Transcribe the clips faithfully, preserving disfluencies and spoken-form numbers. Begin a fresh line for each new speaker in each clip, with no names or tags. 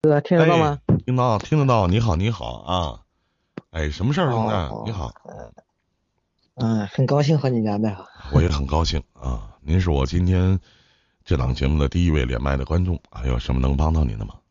哥，听得到吗？
哎，听到听得到，你好你好啊。哎，什么事儿，兄弟？你
哦，
好。
嗯，很高兴和你聊的。
我也很高兴啊。您是我今天这档节目的第一位连麦的观众，还有什么能帮到您的吗？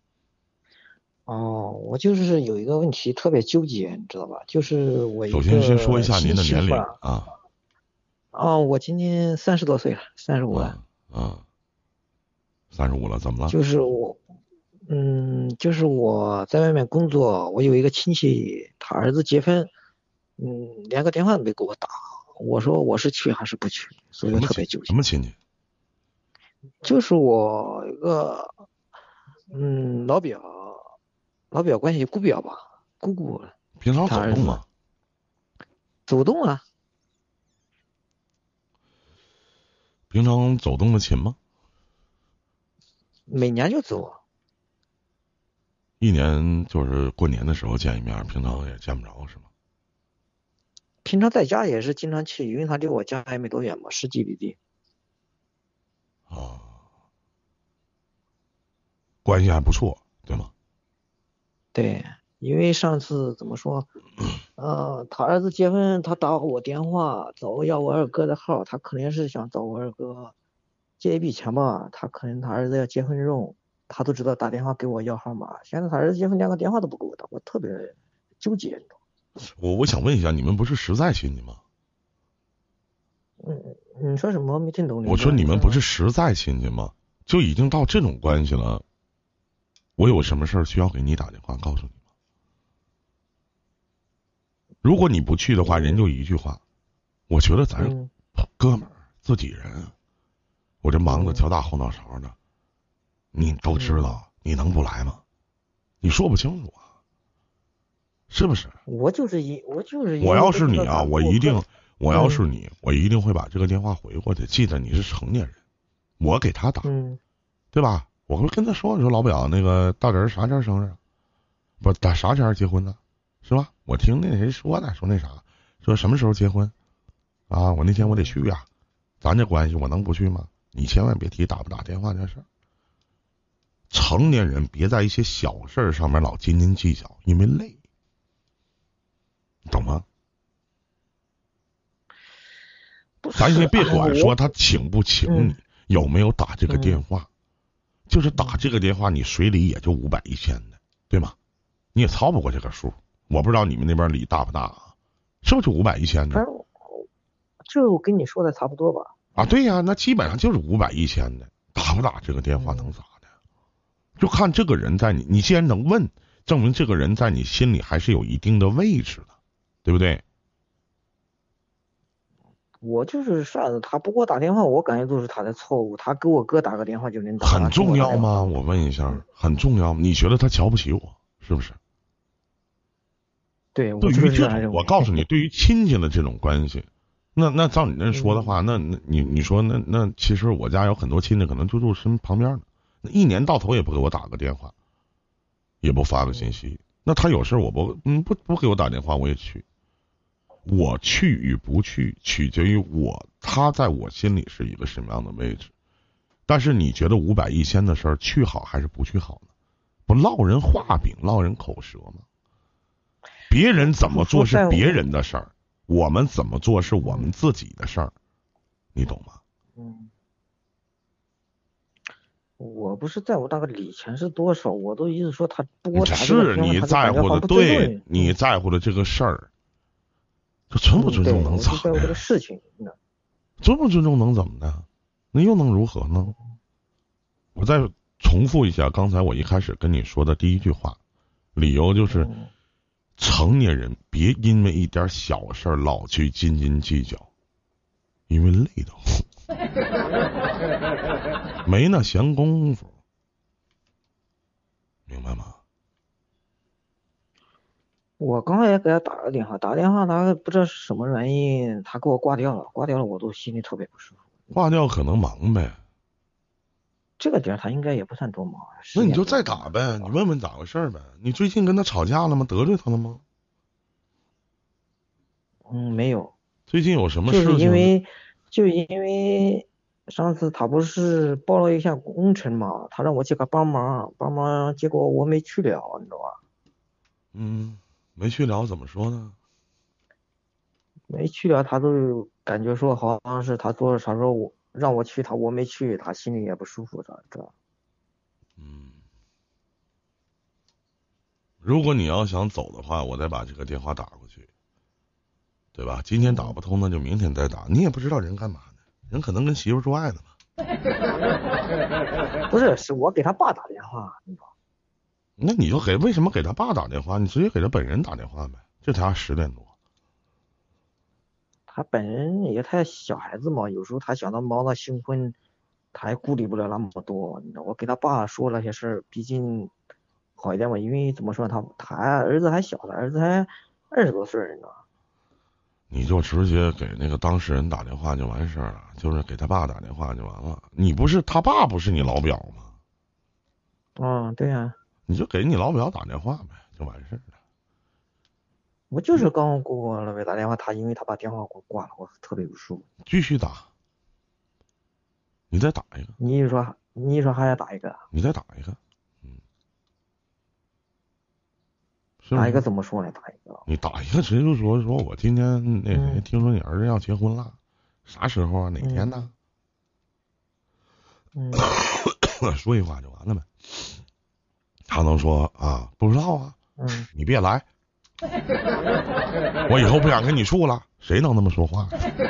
哦，我就是有一个问题特别纠结，你知道吧？就是我一
首先先说一
个
下您
新媳妇儿。
的年龄啊。
哦，我今年三十多岁了，三十五了。
啊啊，三十五了，怎么了？
就是我，嗯，就是我在外面工作，我有一个亲戚，他儿子结婚，嗯，连个电话都没给我打。我说我是去还是不去，所以我
什么亲
特别纠结。
什么亲戚？
就是我一个，嗯，老表，老表关系姑表吧，姑姑
平常
他儿子
走动吗？
走动啊，
平常走动的勤吗？
每年就走。
一年就是过年的时候见一面，平常也见不着是吗？
平常在家也是经常去，因为他离我家也没多远嘛，十几里地。
啊，关系还不错，对吗？
对，因为上次怎么说，呃，他儿子结婚，他打我电话找我要我二哥的号，他肯定是想找我二哥借一笔钱吧，他可能他儿子要结婚用，他都知道打电话给我要号码，现在他儿子结婚连个电话都不给我打，我特别纠结，你知道吗？
我我想问一下，你们不是实在亲戚吗？
嗯，你说什么？没听懂，林哥，
我说你们
你说什么？
不是实在亲戚吗？就已经到这种关系了，我有什么事儿需要给你打电话告诉你吗？如果你不去的话，人就一句话，我觉得咱是
嗯
哥们儿自己人，我这忙的
嗯
前大后脑勺的，你都知
嗯，
道，你能不来吗？你说不清楚啊，是不是？
我就是因我就是
我要
因为不知
是你啊，
道咋给我哥。
我一定，我要是
嗯
你，我一定会把这个电话回过去。记得你是成年人，我给他打，
嗯
对吧？我会跟他说，你说老表，那个大侄儿啥前生日啊？不打啥前结婚呢？是吧？我听那谁说的，说那啥，说什么时候结婚啊？我那天我得
嗯，
去呀、咱这关系我能不去吗？你千万别提打不打电话这事儿。成年人别在一些小事儿上面老斤斤计较，因为累，你懂吗？
不是，
咱先别
哎，
管说
我
他请不请
嗯
你，有没有打这个电
嗯
话，就是打
嗯，
这个电话，你水里也就五百一千的，对吗？你也超不过这个数。我不知道你们那边里大不大啊？是不是就五百一千的？
反正就跟你说的差不多吧。
啊，对呀，那基本上就是五百一千的，打不打这个电话能
嗯，
咋的？就看这个人在你，你既然能问，证明这个人在你心里还是有一定的位置的，对不对？
我就是啥子，他不给我打电话，我感觉都是他的错误。他给我哥打个电话就能打，
很
他给我打电话他
重要吗？
不打。
我问一下，
嗯，
很重要吗？你觉得他瞧不起我，是不是？
对，我就是
对于这种，
这样认为。
我告诉你，对于亲戚的这种关系，那那照你那说的
嗯
话，那那你你说那那其实我家有很多亲戚可能就住身旁边呢，那一年到头也不给我打个电话，也不发个信
嗯
息。那他有事我不嗯不不给我打电话我也去，我去与不去取决于我他在我心里是一个什么样的位置。但是你觉得五百一千的事儿去好还是不去好呢？不落人话柄，落人口舌吗？别人怎么
不是说
做是别
在我。
人的事儿，我们怎么做是我们
嗯
自己的事儿，你懂吗？
嗯，我不是在乎那个礼钱是多少，我都意思说他不给我
这
打这个
是
电话，
你在乎的，
他就感觉好像不尊重
对，
人。嗯
你在乎的这个事儿，这尊不
嗯，
尊重
对，
能咋
我就在乎这个
的？
事情。嗯
尊不尊重能怎么的？那又能如何呢？我再重复一下刚才我一开始跟你说的第一句话，理由就是
嗯
成年人别因为一点小事老去斤斤计较，因为累得慌，没那闲工夫，明白吗？
我刚才也给他打个电话，打电话他不知道是什么原因，他给我挂掉了，挂掉了我都心里特别不舒服。
挂掉可能忙呗，
这个点儿他应该也不算多忙，十
那你就再
点多钟
打呗，你
吧。
问问咋回事呗？你最近跟他吵架了吗？得罪他了吗？
嗯，没有，
最近有什么
就是
事情？
因为就因为上次他不是报了一项工程嘛，他让我去给他帮忙，帮忙，结果我没去了，你知道吧？
嗯，没去了怎么说呢？
没去了，他都感觉说好像是他做，他说我让我去，他我没去，他心里也不舒服，这这。
嗯，如果你要想走的话，我再把这个电话打过去，对吧？今天打
嗯，
不通，那就明天再打。你也不知道人干嘛呢，人可能跟媳妇做爱呢吧？
不是，是我给他爸打电话，你知道吧？
那你就给为什么给他爸打电话？你直接给他本人打电话呗。这才十点多。
他本人也太小孩子嘛，有时候他想到忙到兴奋，他也顾虑不了那么多。你知道，我给他爸说了些事儿，毕竟好一点嘛，因为怎么说，他他儿子还小，他儿子还二十多岁儿，你知道吧？
你就直接给那个当事人打电话就完事儿了，就是给他爸打电话就完了。你不是他爸，不是你老表吗？
嗯，对呀、
你就给你老表打电话呗，就完事儿了。
我就是刚给我老板打电话，他因为他把电话给我挂了，我特别不舒服。
继续打，你再打一个，
你一说，你一说还要打一个，
你再打一个，嗯，是不
打一个
是？
怎么说呢？打一个，
你打一个直接就说说我今天那谁
嗯
听说你儿子要结婚了，啥时候啊？哪天
嗯
呢？
嗯
说一话就完了呗。他能说啊不知道啊，
嗯，
你别来，我以后不想跟你处了。谁能那么说话？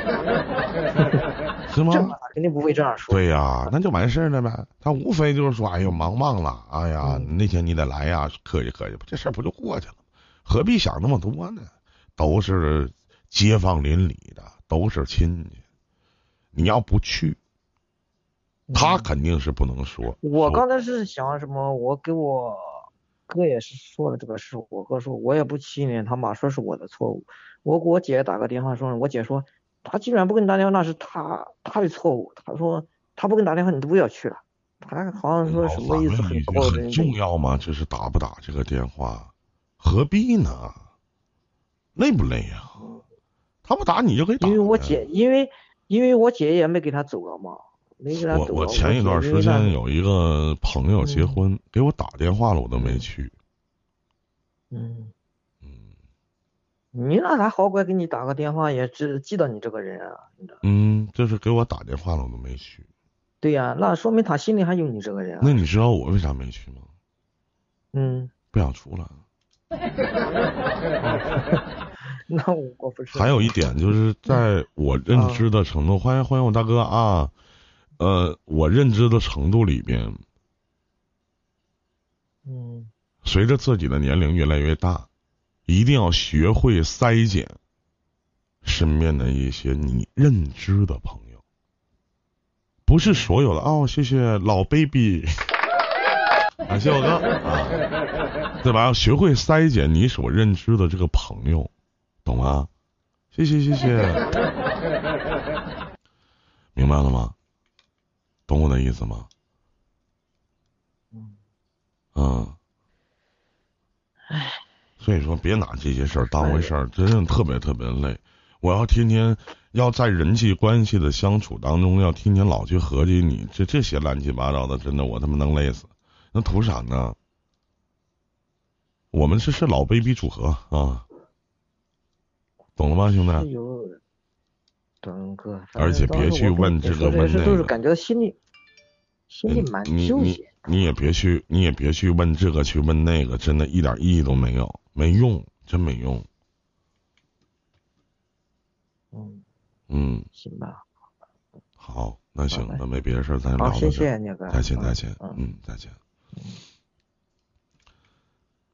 是吗？
这他肯定不会这样说。
对呀，那就完事儿了呗。他无非就是说，哎呦，忙忘了，哎呀，
嗯
那天你得来呀，客气客气，这事儿不就过去了？何必想那么多呢？都是街坊邻里的，都是亲戚，你要不去，他
嗯，
肯定是不能说。
我刚才是想什么？我给我哥也是说了这个事，我哥说我也不气馁，他妈说是我的错误。我给我姐打个电话说，我姐说他既然不跟你打电话，那是他他的错误。他说他不跟你打电话，你都不要去了。他好像说
老
什么意思，
反问一
很
句很
抱人的意思。
重要吗？就是打不打这个电话，何必呢？累不累呀？
嗯，
他不打你就可以打
因为我
呗。
姐，因为因为我姐也没给他走了嘛，没给他
我我
走了。我姐
前一段时
因为那，
间有一个朋友结
嗯
婚，给我打电话了，我都没去。
嗯，
嗯
你让他好乖给你打个电话，也知记得你这个人啊，你知道。
嗯，就是给我打电话了，我都没去。
对呀、那说明他心里还有你这个人啊。
那你知道我为啥没去吗？
嗯，
不想出来。
那我不是。
还有一点就是在我认知的程度，欢迎欢迎我大哥啊，呃，我认知的程度里边，
嗯
随着自己的年龄越来越大，一定要学会筛减身边的一些你认知的朋友，不是所有的哦。谢谢老 baby， 感谢我哥啊，对吧？要学会筛减你所认知的这个朋友，懂吗？谢谢谢谢，明白了吗？懂我的意思吗？
嗯，
嗯，所以说别拿这些事儿当回事儿，真的特别特别累。我要天天要在人际关系的相处当中，要天天老去合计你这这些乱七八糟的，真的我他妈能累死。那图啥呢？我们这是老 baby 组合啊，懂了吗，兄弟？
是有整个，
而且别去问这个问那个，
都是感觉心里心里
嗯，
蛮
你你
纠结。
你也别去，你也别去问这个去问那个，真的一点意义都没有，没用，真没用。
嗯，
嗯，
行吧。
好，那行
好，嘞
那没别的事儿，咱聊
好，谢
到这儿，
谢那个。
再见再见，
嗯嗯。
嗯，再见。
嗯